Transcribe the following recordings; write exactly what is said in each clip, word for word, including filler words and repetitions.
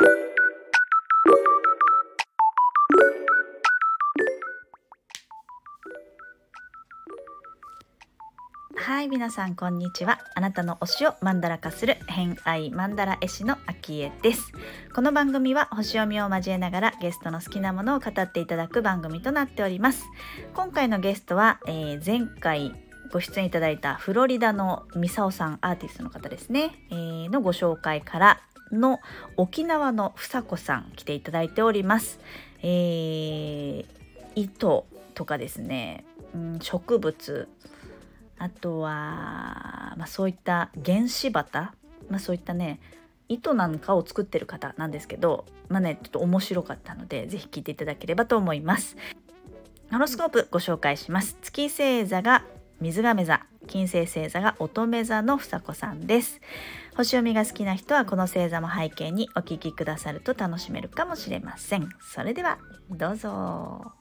はい、皆さんこんにちは。あなたの推しをマンダラ化する偏愛マンダラ絵師のあきえです。この番組は星読みを交えながらゲストの好きなものを語っていただく番組となっております。今回のゲストは、えー、前回ご出演いただいたフロリダのミサオさん、アーティストの方ですね、えー、のご紹介からの沖縄のふさこさん来ていただいております。えー、糸とかですね、うん、植物、あとは、まあ、そういった原子旗、まあ、そういったね糸なんかを作ってる方なんですけど、まあね、ちょっと面白かったのでぜひ聞いていただければと思います。ホロスコープご紹介します。月星座が水亀座、金星星座が乙女座のふさこさんです。星読みが好きな人はこの星座も背景にお聞きくださると楽しめるかもしれません。それではどうぞ。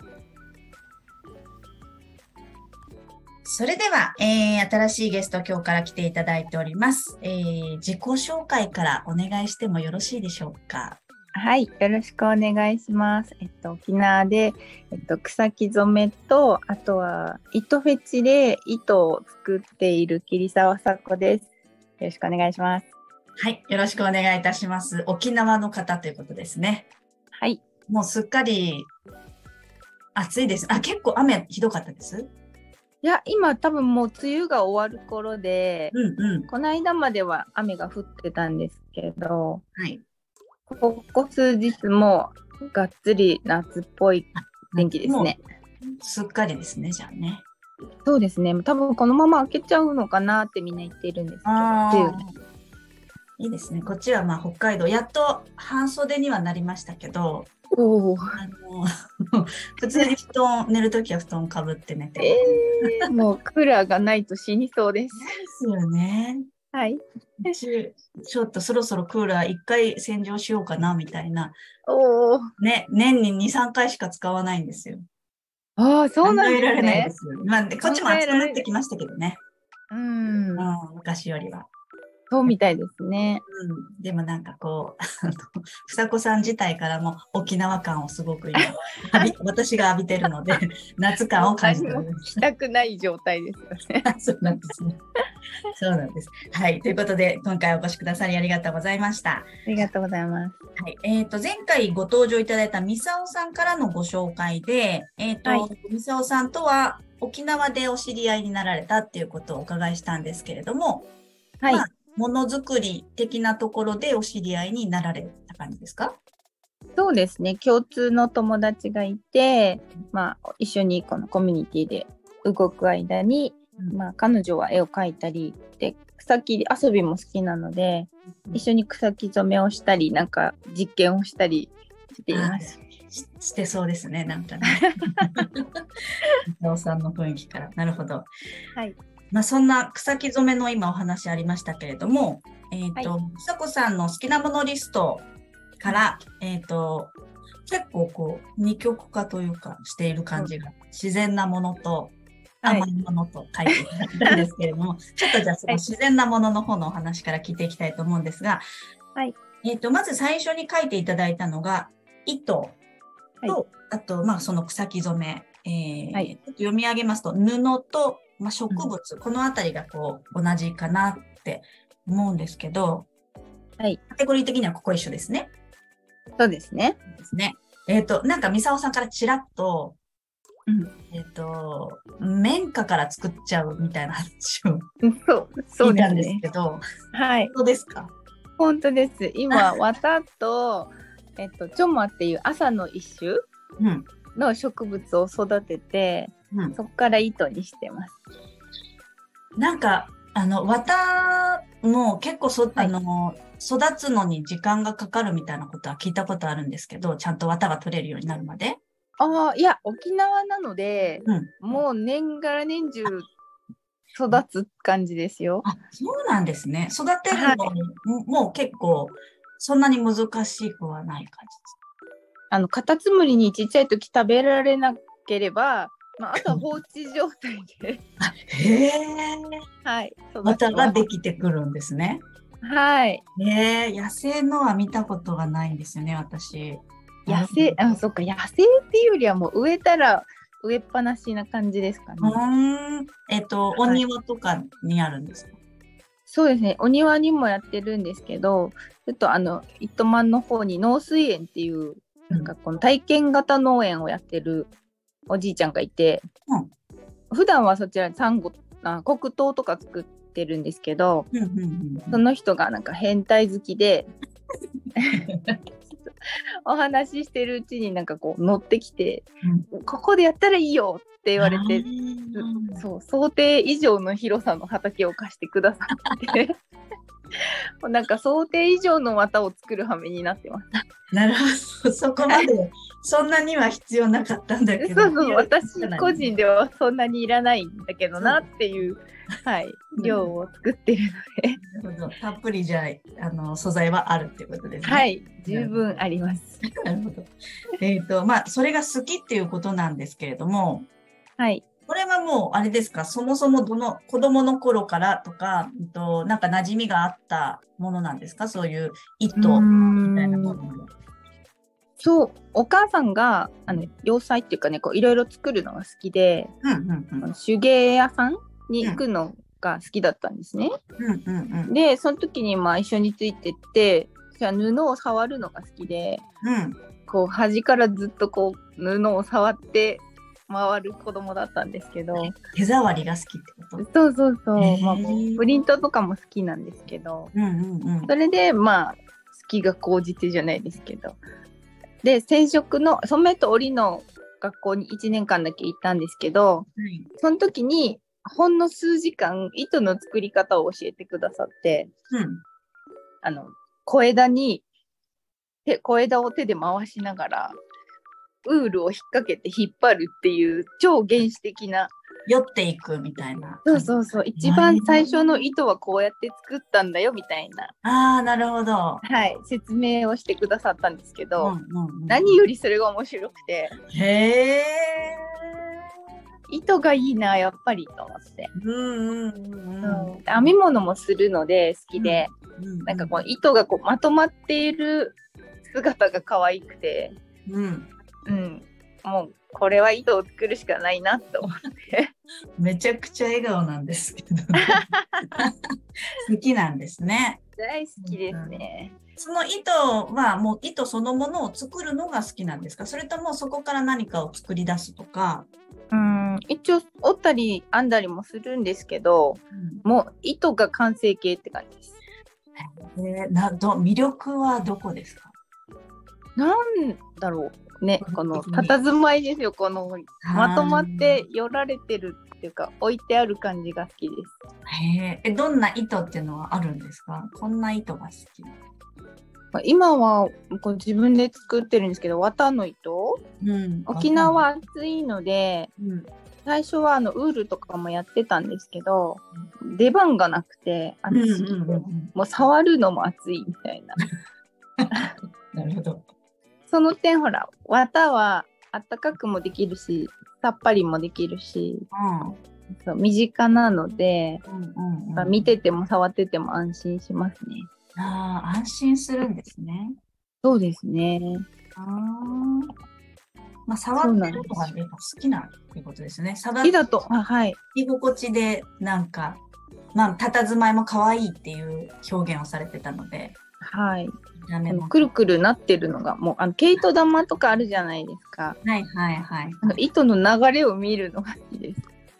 それでは、えー、新しいゲスト今日から来ていただいております、えー、自己紹介からお願いしてもよろしいでしょうか。 はい、よろしくお願いします。えっと、沖縄で、えっと、草木染めと、あとは糸フェチで糸を作っている桐沢さこです。よろしくお願いします。 はい、よろしくお願いいたします。沖縄の方ということですね。 はい。 もうすっかり暑いです。あ、結構雨ひどかったです。 いや、今多分もう梅雨が終わる頃で、 うんうん、 この間までは雨が降ってたんですけど、 はい、 ここ数日もがっつり夏っぽい天気ですね。 すっかりですね、じゃあね。 そうですね。多分このまま開けちゃうのかなってみんな言ってるんですけど、 あいいですね。こっちはまあ北海道、やっと半袖にはなりましたけど、 おあの普通に布団寝るときは布団かぶって寝て、 えー、もうクーラーがないと死にそうです。 ですよね。 はい。 ちょっとそろそろクーラー一回洗浄しようかなみたいな。 おね、年にに、さんかいしか使わないんですよ。 ああ、そうなん考えられないでですす。まあ、こっちも暑くなってきましたけどね。 うん、 うん、昔よりは。 そうみたいですね。 うん、でもなんかこう、ふさこさん自体からも沖縄感をすごく今浴び私が浴びてるので、夏感を感じております。 したくない状態ですよね。 そうなんですね。そうなんです。はい。ということで、今回お越しくださりありがとうございました。 ありがとうございます。 はい。えっと、前回ご登場いただいたミサオさんからのご紹介で、えっと、はい、ミサオさんとは沖縄でお知り合いになられたっていうことをお伺いしたんですけれども、はい。まあものづくり的なところでお知り合いになられた感じですか？ そうですね。共通の友達がいて、まあ、一緒にこのコミュニティで動く間に、うん、まあ、彼女は絵を描いたりで草木遊びも好きなので、うん、一緒に草木染めをしたりなんか実験をしたりしています。 し, してそうですね、なんかね。おさんの雰囲気から。なるほど。 はい。 まあ、そんな草木染めの今お話ありましたけれども、えーと、はい、さこさんの好きなものリストから、えーと、結構こう二極化というかしている感じが、うん、自然なものと甘いものと書いていただいたんですけれども、はい、ちょっとじゃあその自然なものの方のお話から聞いていきたいと思うんですが、 はい、 えーと、まず最初に書いていただいたのが糸と、はい、あと、まあ、その草木染め、えーはい、ちょっと読み上げますと布とまあ、植物、うん、このあたりがこう同じかなって思うんですけど、 はい、 カテゴリー的にはここ一緒ですね。 そうですね。 ですね。えっ、ー、と、なんか、ミサオさんからちらっと、 うん、 えっ、ー、と、綿花から作っちゃうみたいな話をそう聞いたんですけど、 はい。 本当ですか？ 本当です。今、綿と、えっと、チョマっていう朝の一種の植物を育てて、うん、そこから糸にしてます。 なんかあの綿も結構そ、はい、あの育つのに時間がかかるみたいなことは聞いたことあるんですけど、ちゃんと綿が取れるようになるまで。 ああ、いや沖縄なので、うん、もう年がら年中育つ感じですよ。 あ、そうなんですね。育てるのに、はい、もう結構そんなに難しくはない感じです。 あのカタツムリにちっちゃい時食べられなければ、まあ、あとは放置状態でへえ、 はい、 綿ができてくるんですね。 はい。 えー、野生のは見たことがないんですよね、私。 野生、あ、そっか、野生っていうよりはもう植えたら植えっぱなしな感じですかうね。 ーん。えっと、おはい。 庭とかにあるんですか？ そうですね。お庭にもやってるんですけど、ちょっとあの、糸満の方に農水園っていう、 うん。 なんかこの体験型農園をやってるおじいちゃんがいて、 うん。 普段はそちらにサンゴ、あ、黒糖とか作ってるんですけど、 うん。うん。うん。 その人がなんか変態好きで、お話ししてるうちになんかこう乗ってきて、 うん。 ここでやったらいいよって言あわれて、 ー、 そう、想定以上の広さの畑を貸してくださってもうなんか想定以上の綿を作る羽目になってます。 なるほど。そこまで、そんなには必要なかったんだけど。 そうそう、私かなり個人ではそんなにいらないんだけどなそう。 っていう、はい、 うん。 量を作ってるので、 なるほど。たっぷりじゃあ、あの、素材はあるっていうことですね。 はい、十なるほど。 分あります。 なるほど。えっと、まあ、それが好きっていうことなんですけれども、 はい。 これはもう、あれですか、そもそもどの、子供の頃からとか、うんと、なんか馴染みがあったものなんですか？そういううー糸みたいなもん、 のも。 そう、お母さんがあの洋裁っていうかね、こういろいろ作るのが好きで、 うん、うん、うん。 手芸屋さんにうん、 行くのが好きだったんですね。 うん、うん、うん。 で、その時にまあ一緒についてって、じゃあ布を触るのが好きで、 うん。 こう端からずっとこう布を触って回る子供だったんですけど、 手触りが好きってこと？ そうそうそへう、まあ、 え。 プリントとかも好きなんですけど、 うん、うん、うん。 それでまあ好きが高じてじゃないですけど、で染色の染めと織りの学校にいちねんかんだけ行ったんですけど、 はい。 その時にほんの数時間糸の作り方を教えてくださって、 うん。 あの小枝に手小枝を手で回しながらウールを引っ掛けて引っ張るっていう超原始的な、 酔っていくみたいなそう感じ。 そうそう、一はい。 番最初の糸はこうやって作ったんだよみたいな、 ああ、なるほど。 はい、説明をしてくださったんですけうん、 ど、 うん、うん。 何よりそれが面白くて、 へえ。 糸がいいなやっぱりと思って、 うん、うん、うん、うん。 うん、編み物もするので好きうん、 で、 うん、 なんかこう糸がこうまとまっている姿が可愛くて、 うん。 うん、もうこれは糸を作るしかないなと思ってめちゃくちゃ笑顔なんですけどね。好きなんですね。 大好きですうん。 ね。 その糸はもう糸そのものを作るのが好きなんですか？それともそこから何かを作り出すとか。 うん、一応折ったり編んだりもするんですけど、 うん。 もう糸が完成形って感じです。 えーなど魅力はどこですか？ なんだろうね、 個人この的に。 佇まいですよ。このまあとまってよられてるっていうか置いてある感じが好きです。 ーへーえ、どんな糸っていうのはあるんですか？こんな糸が好き。 まあ今はこう自分で作ってるんですけど、綿の糸、 うん。わ沖かんない。 縄は暑いので、 うん。 最初はあのウールとかもやってたんですけど、出番がなくてうん、 暑すぎて、 うん、うん。 もう触るのも暑いみたいな。 なるほど。 その点ほら、綿はあったかくもできるし、さっぱりもできるし、 うん。 そう身近なので、 うん、うん、うん。 見てても触ってても安心しますね。 ああ、安心するんですね。 そうですね。 ああ。まあ、触そうってなんですよ。 るのがやっぱ好きなっていうことですね。触っ好きだと、あ、はい。 居心地で、なんか、まあ、佇まいも可愛いっていう表現をされてたので、 はい。あの見た目も。 くるくるなってるのが、もう、あの毛糸玉とかあるじゃないですか。 はいはいはい。 あの糸の流れを見るのが好きです。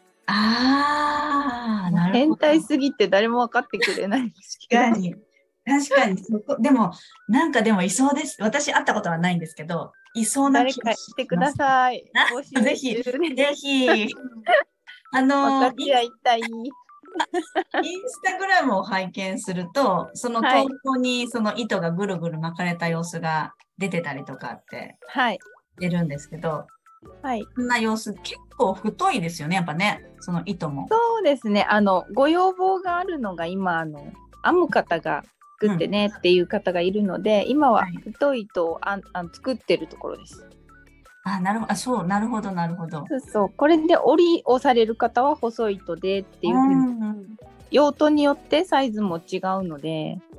ああ、 もうなるほど。 変態すぎて誰も分かってくれないんですけど。 確かに。確かにそこ、でも、なんかでもいそうです。私会ったことはないんですけど、いそうな誰か気がし来てくだます。 さい。募集あ、ぜひ、 中でぜひ、あ分かの、インち合いたい。 インスタグラムを拝見すると、その投はい。 稿にその糸がぐるぐる巻かれた様子が出てたりとかってはい。 出るんですけど、 はい。 そんな様子、結構太いですよね、やっぱね、その糸も。 そうですね。あの、ご要望があるのが今、あの、編む方が作ってうん。 ねっていう方がいるので、今ははい。 太い糸をあんあの作ってるところです。 あ、なるほど。あ、そう、なるほど、なるほど。 そうそう。これで織りをされる方は細い糸でってういうふうに、 ん、うん。 用途によってサイズも違うので、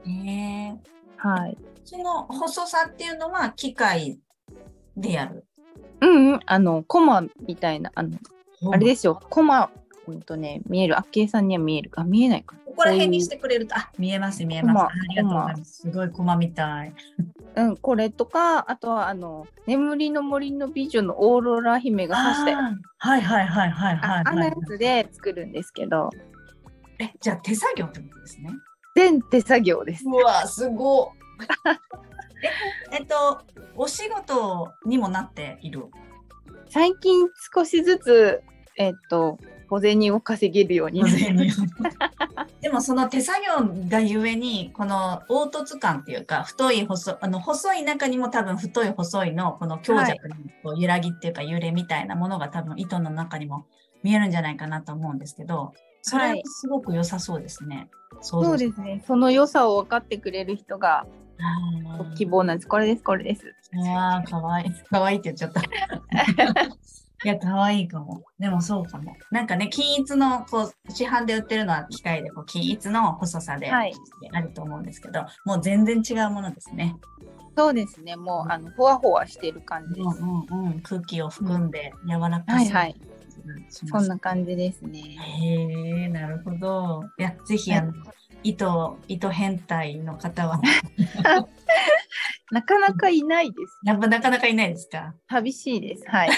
へえ。 はい。 その細さっていうのは機械でやる。 うんうん、あのコマみたいな、あのあれですよ、コマ、うんとね、見える、あっけいさんには見える、あ、見えないかな。 ここら辺にしてくれると、あ、見えます見えます。ありがとうございます。すごいコマみたい。 うん、これとか、あとはあの眠りの森の美女のオーロラ姫が刺したやつ、 はいはいはいはいはい、 あんなやつで作るんですけど。 え、じゃあ手作業ってことですね。 全手作業です。 うわ、すごえ、えっと、お仕事にもなっている。 最近少しずつ、えっと、小銭を稼げるようになってでもその手作業がゆえに、この凹凸感っていうか、太い細、あの、細い中にも多分太い細いの、この強弱のこう揺らぎっていうか揺れみたいなものが多分糸の中にも見えるんじゃないかなと思うんですけど、それはすごく良さそうですね。 はい、そうですね。その良さを分かってくれる人が希望なんです。これです、これです。 ああ、かわいい。かわいいって言っちゃった。いや、かわいいかも。でもそうかも。なんかね、均一の、こう、市販で売ってるのは機械で、こう、均一の細さであると思うんですけど、はい、もう全然違うものですね。 そうですね。もう、うん、あの、ふわふわしてる感じです。 うんうんうん。空気を含んで柔らかそう。 はいはい。そんな感じですね。 へえ、なるほど。いや、ぜひ、あの、糸、糸変態の方は。 なかなかいないです。 やっぱなかなかいないですか？ 寂しいです。はい。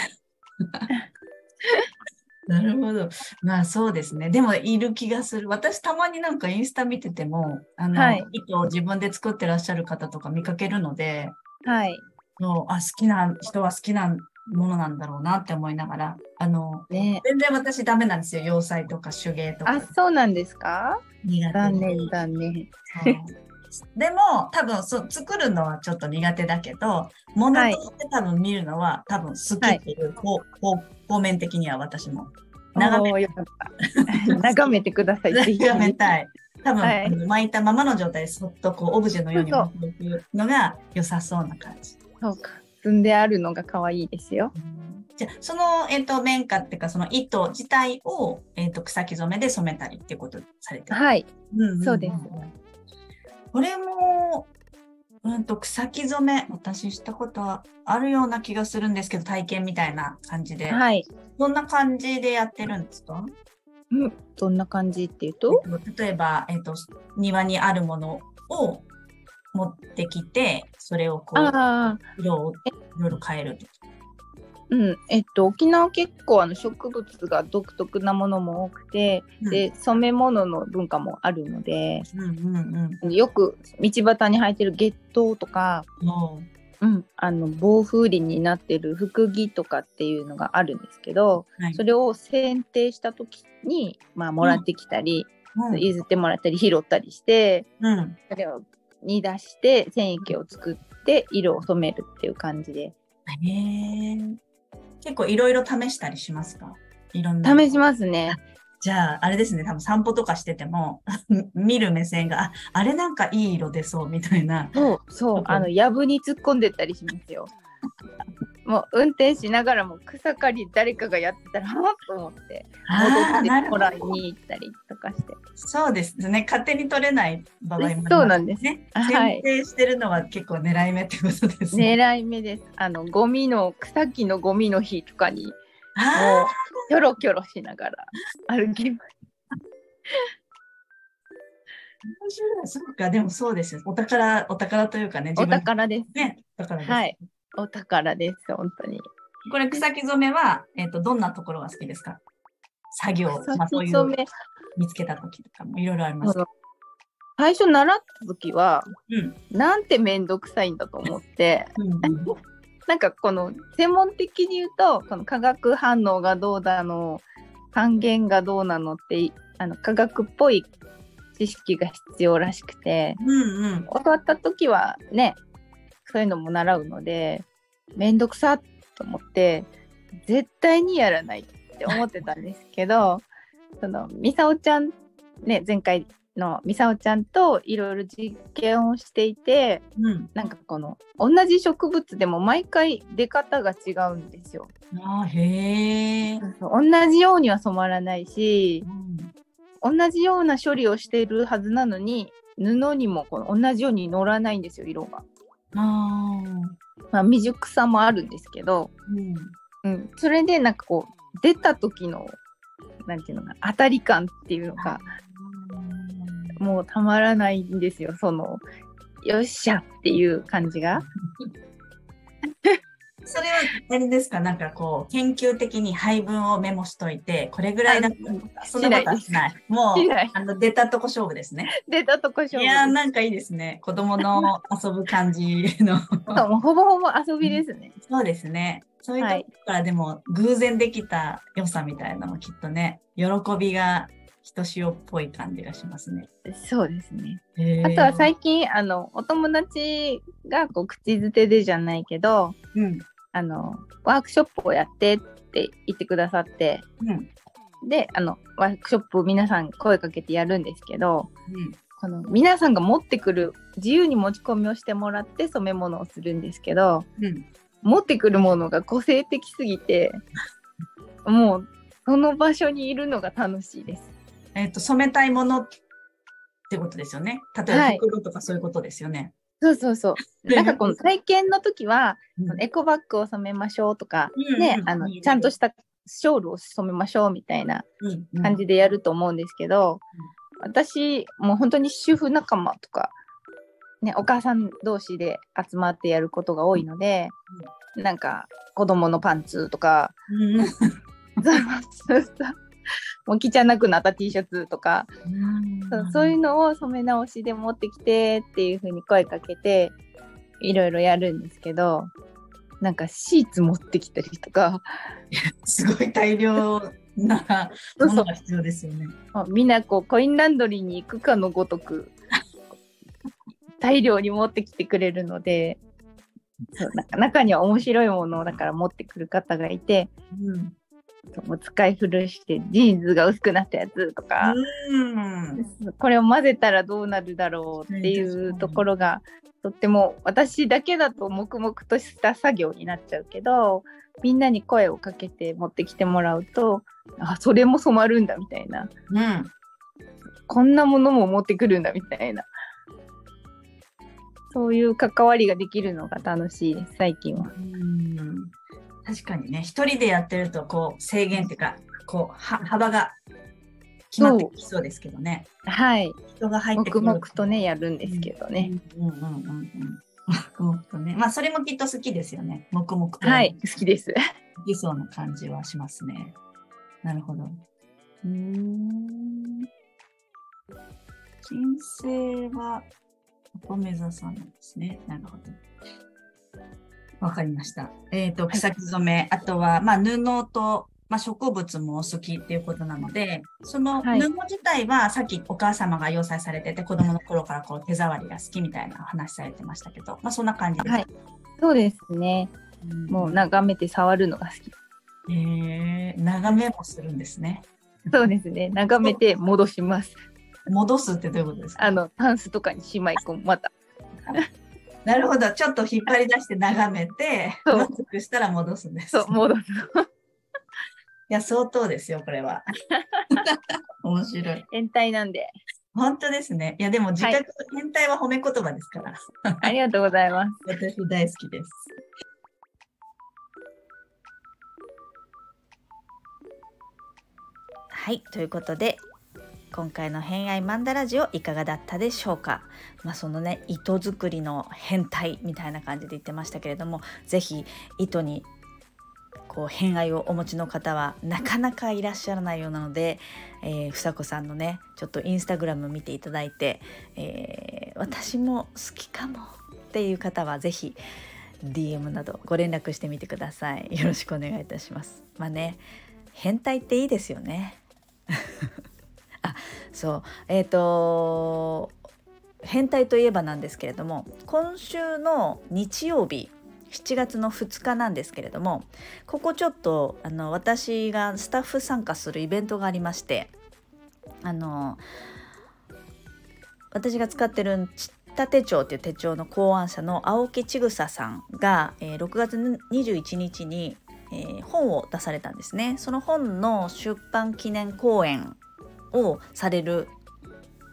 なるほど。まあそうですね。でもいる気がする。私たまになんかインスタ見てても、あの、はい、糸を自分で作ってらっしゃる方とか見かけるので、 はい。 そう、あ、好きな人は好きなものなんだろうなって思いながら、あの、ね、全然私ダメなんですよ。洋裁とか手芸とか。 あ、そうなんですか？ 苦手。 残念、残念。 でも、多分そ、作るのはちょっと苦手だけど、ものとして多分見るのは、はい、多分好きっていう、はい、方面的には私も。 眺めよかった眺めてください。 眺めたい。多分、はい、巻いたままの状態でそっとこうオブジェのように置いていくのが良さそうな感じ。 そうか。積んであるのが可愛いですよ。 じゃあ、その、えっと、綿花っていうか、その糸自体を、えっと、草木染めで染めたりっていうことされてる。 はい。 うんうんうん、 そうです。 これも、うんと、草木染め、私したことはあるような気がするんですけど、体験みたいな感じで。 はい。 どんな感じでやってるんですか？ うん、どんな感じっていうと、 えっと、例えば、えっと、庭にあるものを持ってきて、それをこう、色をいろいろ変える。 うん、えっと、沖縄結構あの植物が独特なものも多くて、うん、で染め物の文化もあるので、うんうんうん、よく道端に生えてる月桃とか、うん、あの防風林になってる福木とかっていうのがあるんですけど、はい、それを剪定した時に、まあ、もらってきたり、うん、譲ってもらったり拾ったりして、うん、それを煮出して染液を作って色を染めるっていう感じで。 へー、結構いろいろ試したりしますか？いろんな。 試しますね。 じゃあ、あれですね、多分散歩とかしてても、見る目線が、あ、あれなんかいい色出そうみたいな。 そう、そう、あの、やぶに突っ込んでったりしますよ。もう運転しながらも草刈り誰かがやってたら、はぁと思って、戻ってもらいに行ったりとかして。 そうですね、勝手に取れない場合もありますね。 そうなんですね。 剪定してるのは結構狙い目ってことですね。狙い目です。あの、ゴミの、草木のゴミの日とかに、もう、キョロキョロしながら歩きます。 面白い。そうか、でもそうですよ。お宝、お宝というかね。 自分お宝です。 ね、お宝です。 はい。お宝です、本当に。 これ、草木染めは、えっと、どんなところが好きですか？作業、まあ、そういう見つけた時とかもいろいろあります。 最初習った時は、うん、なんてめんどくさいんだと思って、うんうん、なんかこの専門的に言うと、この化学反応がどうだの、還元がどうなのって、あの化学っぽい知識が必要らしくて、うんうん、教わった時はね、そういうのも習うので、めんどくさと思って絶対にやらないって思ってたんですけどそのみさおちゃんね、前回のみさおちゃんといろいろ実験をしていて、うん、なんかこの同じ植物でも毎回出方が違うんですよ。 あ、へー。 同じようには染まらないし、うん、同じような処理をしているはずなのに布にもこの同じように乗らないんですよ、色が。 あまあ、未熟さもあるんですけど、 うんうん、それでなんかこう出た時のなんていうのか当たり感っていうのがもうたまらないんですよ。そのよっしゃっていう感じが。 それはあれですか、なんかこう研究的に配分をメモしといてこれぐらいだったとか、そんなことはしない。もうあの出たとこ勝負ですね。 出たとこ勝負。 いやーなんかいいですね。子供の遊ぶ感じのそうもうほぼほぼ遊びですね。 そうですね。そういうところからでも偶然できた良さみたいなのもきっとね、喜びがひとしおっぽい感じがしますね。 そうですね。あとは最近あのお友達がこう口づてでじゃないけど、うん、あのワークショップをやってって言ってくださって、うん、であのワークショップ皆さん声かけてやるんですけど、うん、この皆さんが持ってくる自由に持ち込みをしてもらって染め物をするんですけど、うん、持ってくるものが個性的すぎてもうその場所にいるのが楽しいです。 えっと、染めたいものってことですよね。例えば袋とかそういうことですよね。 はい、そうそうそう。なんかこの体験の時は、うん、エコバッグを染めましょうとか、うん、ね、あの、ちゃんとしたショールを染めましょうみたいな感じでやると思うんですけど、うん、私、もう本当に主婦仲間とか、ね、お母さん同士で集まってやることが多いので、うん、なんか子供のパンツとか、うん、もう着ちゃなくなった T シャツとか、うんそう、そういうのを染め直しで持ってきてっていう風に声かけていろいろやるんですけど、なんかシーツ持ってきたりとかすごい大量なものが必要ですよね。 そうそうみんなこうコインランドリーに行くかのごとく大量に持ってきてくれるので、そうなんか中には面白いものをだから持ってくる方がいて、うんもう使い古してジーンズが薄くなったやつとか、うんこれを混ぜたらどうなるだろうっていうところがとっても私だけだと黙々とした作業になっちゃうけど、みんなに声をかけて持ってきてもらうと、あそれも染まるんだみたいな、うん、こんなものも持ってくるんだみたいな、そういう関わりができるのが楽しいです最近は。うん確かにね、一人でやってるとこう制限っていうかこうは幅が決まってきそうですけどね。 はい。 人が入ってくる。 黙々とねやるんですけどね。 うんうんうんうん。黙々とね。まあそれもきっと好きですよね。黙々と。 はい、好きです。 好きそうな感じはしますね。なるほど。うーん。金星は乙女座さんなんですね。なるほど。わかりました。えっと、草木染め、はい、あとは、まあ、布と、まあ、植物もお好きっていうことなので、その布自体は、さっきお母様が洋裁されてて、子供の頃からこう手触りが好きみたいな話されてましたけど、まあ、そんな感じですか？はい、 そうですね。うん、もう眺めて触るのが好き。 へえー、眺めもするんですね。 そうですね。眺めて戻します。 戻すってどういうことですか？ あの、タンスとかにしまい込む、また。 なるほど。ちょっと引っ張り出して眺めて、満足したら戻すんです。 そう、戻す。いや、相当ですよ、これは。面白い。 変態なんで。 本当ですね。いや、でも自覚、はい、変態は褒め言葉ですから。 ありがとうございます。 私大好きです。はい、ということで、今回の偏愛マンダラジオいかがだったでしょうか。まあ、そのね糸作りの変態みたいな感じで言ってましたけれども、ぜひ糸にこう偏愛をお持ちの方はなかなかいらっしゃらないようなので、えー、ふさこさんのねちょっとインスタグラム見ていただいて、えー、私も好きかもっていう方はぜひ ディーエム などご連絡してみてください。よろしくお願いいたします。まあね、変態っていいですよね。あ、そうえっと変態といえばなんですけれども、今週の日曜日しちがつのふつかなんですけれども、ここちょっとあの私がスタッフ参加するイベントがありまして、あの私が使ってるちった手帳っていう手帳の考案者の青木千草さんが、えー、ろくがつにじゅういちにちに、えー、本を出されたんですね。その本の出版記念講演をされる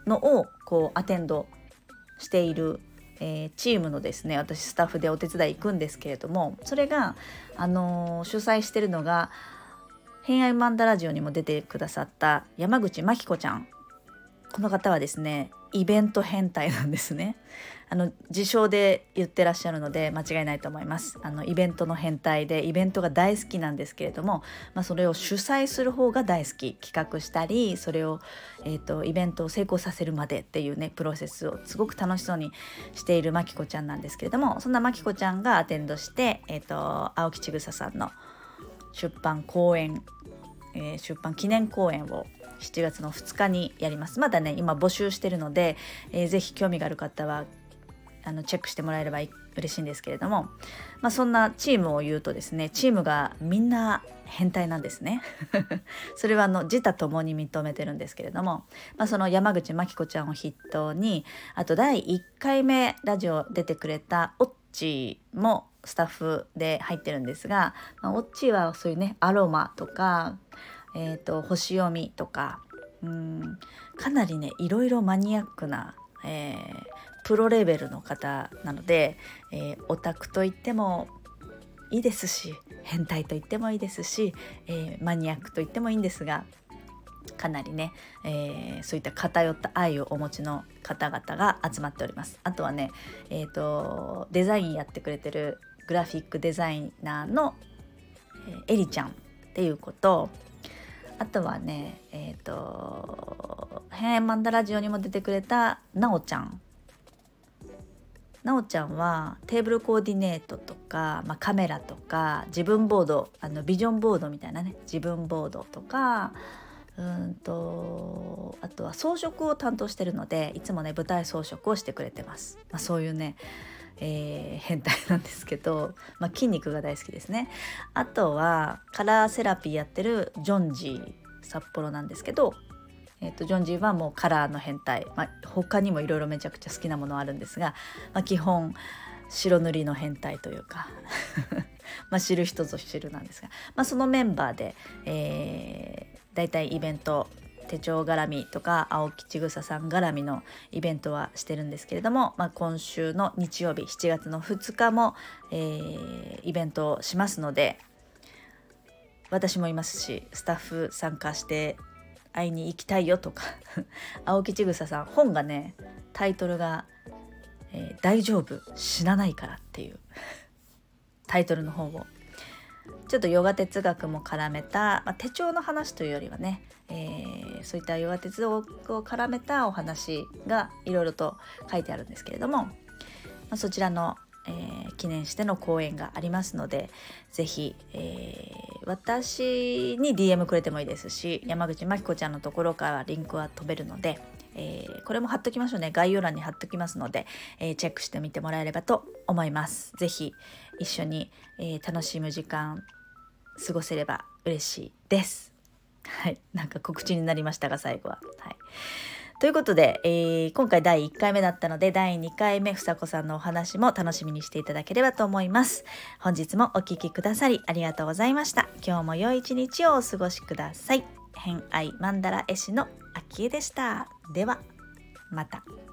のをこうアテンドしている、えー、チームのですね、私スタッフでお手伝い行くんですけれども、それが、あのー、主催してるのが偏愛マンダラジオにも出てくださった山口真紀子ちゃん。この方はですね、イベント変態なんですね。あの自称で言ってらっしゃるので間違いないと思います。あのイベントの変態で、イベントが大好きなんですけれども、まあ、それを主催する方が大好き、企画したりそれを、えーと、イベントを成功させるまでっていうねプロセスをすごく楽しそうにしているまきこちゃんなんですけれども、そんなまきこちゃんがアテンドして、えーと、青木千草さんの出版公演、えー、出版記念公演をしちがつのふつかにやります。まだね今募集してるので、えー、ぜひ興味がある方はあのチェックしてもらえれば嬉しいんですけれども、まあ、そんなチームを言うとですね、チームがみんな変態なんですねそれはあの自他ともに認めてるんですけれども、まあ、その山口真紀子ちゃんを筆頭に、あとだいいっかいめラジオ出てくれたオッチーもスタッフで入ってるんですが、まあ、オッチーはそういうねアロマとか、えーと、星読みとか、うーんかなりねいろいろマニアックな、えー、プロレベルの方なので、えー、オタクと言ってもいいですし、変態と言ってもいいですし、えー、マニアックと言ってもいいんですが、かなりね、えー、そういった偏った愛をお持ちの方々が集まっております。あとはね、えーと、デザインやってくれてるグラフィックデザイナーの、えー、エリちゃんっていう子と、あとはね、えっ、ー、と偏愛マンダラジオにも出てくれたなおちゃん。なおちゃんはテーブルコーディネートとか、まあ、カメラとか自分ボード、あのビジョンボードみたいなね自分ボードとか、うんとあとは装飾を担当してるので、いつもね舞台装飾をしてくれてます。まあ、そういうね、えー、変態なんですけど、まあ、筋肉が大好きですね。あとはカラーセラピーやってるジョンジー札幌なんですけど、えー、とジョンジーはもうカラーの変態、まあ、他にもいろいろめちゃくちゃ好きなものあるんですが、まあ、基本白塗りの変態というかまあ知る人ぞ知るなんですが、まあ、そのメンバーで、えー、だいたいイベント手帳絡みとか青木千草さん絡みのイベントはしてるんですけれども、まあ、今週の日曜日しちがつのふつかも、えー、イベントをしますので、私もいますしスタッフ参加して会いに行きたいよとか青木千草さん本がねタイトルが、えー、大丈夫死なないからっていうタイトルの本をちょっとヨガ哲学も絡めた、まあ、手帳の話というよりはね、えー、そういったヨガ哲学を絡めたお話がいろいろと書いてあるんですけれども、まあ、そちらの、えー、記念しての講演がありますので、ぜひ、えー、私に ディーエム くれてもいいですし、山口真紀子ちゃんのところからリンクは飛べるので、えー、これも貼っときましょうね。概要欄に貼っときますので、えー、チェックしてみてもらえればと思います。ぜひ一緒に、えー、楽しむ時間過ごせれば嬉しいです。はい、なんか告知になりましたが最後は、はい、ということで、えー、今回だいいっかいめだったのでだいにかいめ房子さんのお話も楽しみにしていただければと思います。本日もお聞きくださりありがとうございました。今日も良い一日をお過ごしください。偏愛マンダラ絵師のあきえでした。ではまた。